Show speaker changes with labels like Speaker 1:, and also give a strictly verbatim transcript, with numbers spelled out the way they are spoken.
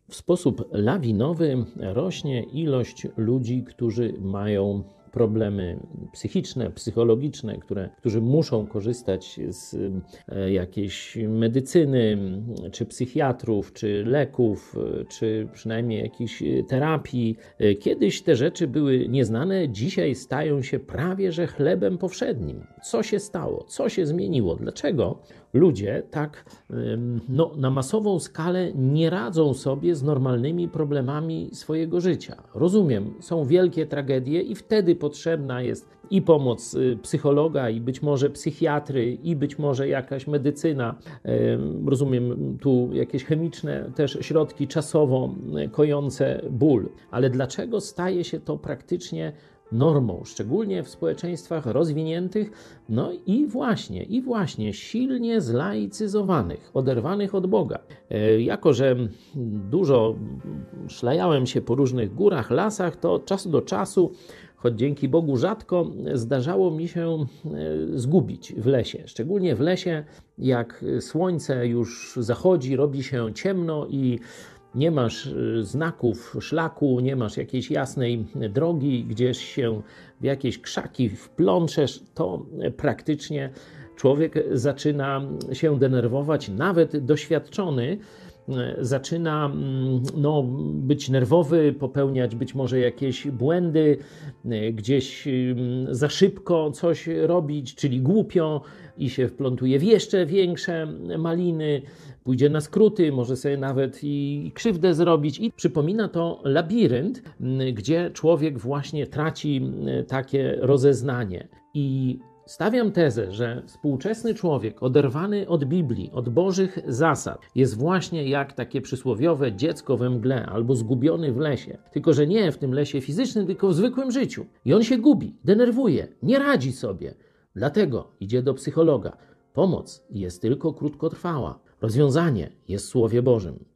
Speaker 1: W sposób lawinowy rośnie ilość ludzi, którzy mają problemy psychiczne, psychologiczne, które, którzy muszą korzystać z jakiejś medycyny, czy psychiatrów, czy leków, czy przynajmniej jakichś terapii. Kiedyś te rzeczy były nieznane, dzisiaj stają się prawie że chlebem powszednim. Co się stało? Co się zmieniło? Dlaczego ludzie tak no, na masową skalę nie radzą sobie z normalnymi problemami swojego życia? Rozumiem, są wielkie tragedie i wtedy potrzebna jest i pomoc psychologa, i być może psychiatry, i być może jakaś medycyna. Rozumiem tu jakieś chemiczne też środki czasowo kojące ból. Ale dlaczego staje się to praktycznie normą, szczególnie w społeczeństwach rozwiniętych, no i właśnie, i właśnie silnie zlaicyzowanych, oderwanych od Boga. Jako że dużo szlajałem się po różnych górach, lasach, to od czasu do czasu, choć dzięki Bogu rzadko, zdarzało mi się zgubić w lesie. Szczególnie w lesie, jak słońce już zachodzi, robi się ciemno i nie masz znaków szlaku, nie masz jakiejś jasnej drogi, gdzieś się w jakieś krzaki wplączesz, to praktycznie człowiek zaczyna się denerwować, nawet doświadczony zaczyna no, być nerwowy, popełniać być może jakieś błędy, gdzieś za szybko coś robić, czyli głupio i się wplątuje w jeszcze większe maliny, pójdzie na skróty, może sobie nawet i krzywdę zrobić. I przypomina to labirynt, gdzie człowiek właśnie traci takie rozeznanie. I stawiam tezę, że współczesny człowiek oderwany od Biblii, od Bożych zasad jest właśnie jak takie przysłowiowe dziecko we mgle albo zgubiony w lesie. Tylko że nie w tym lesie fizycznym, tylko w zwykłym życiu. I on się gubi, denerwuje, nie radzi sobie. Dlatego idzie do psychologa. Pomoc jest tylko krótkotrwała. Rozwiązanie jest w Słowie Bożym.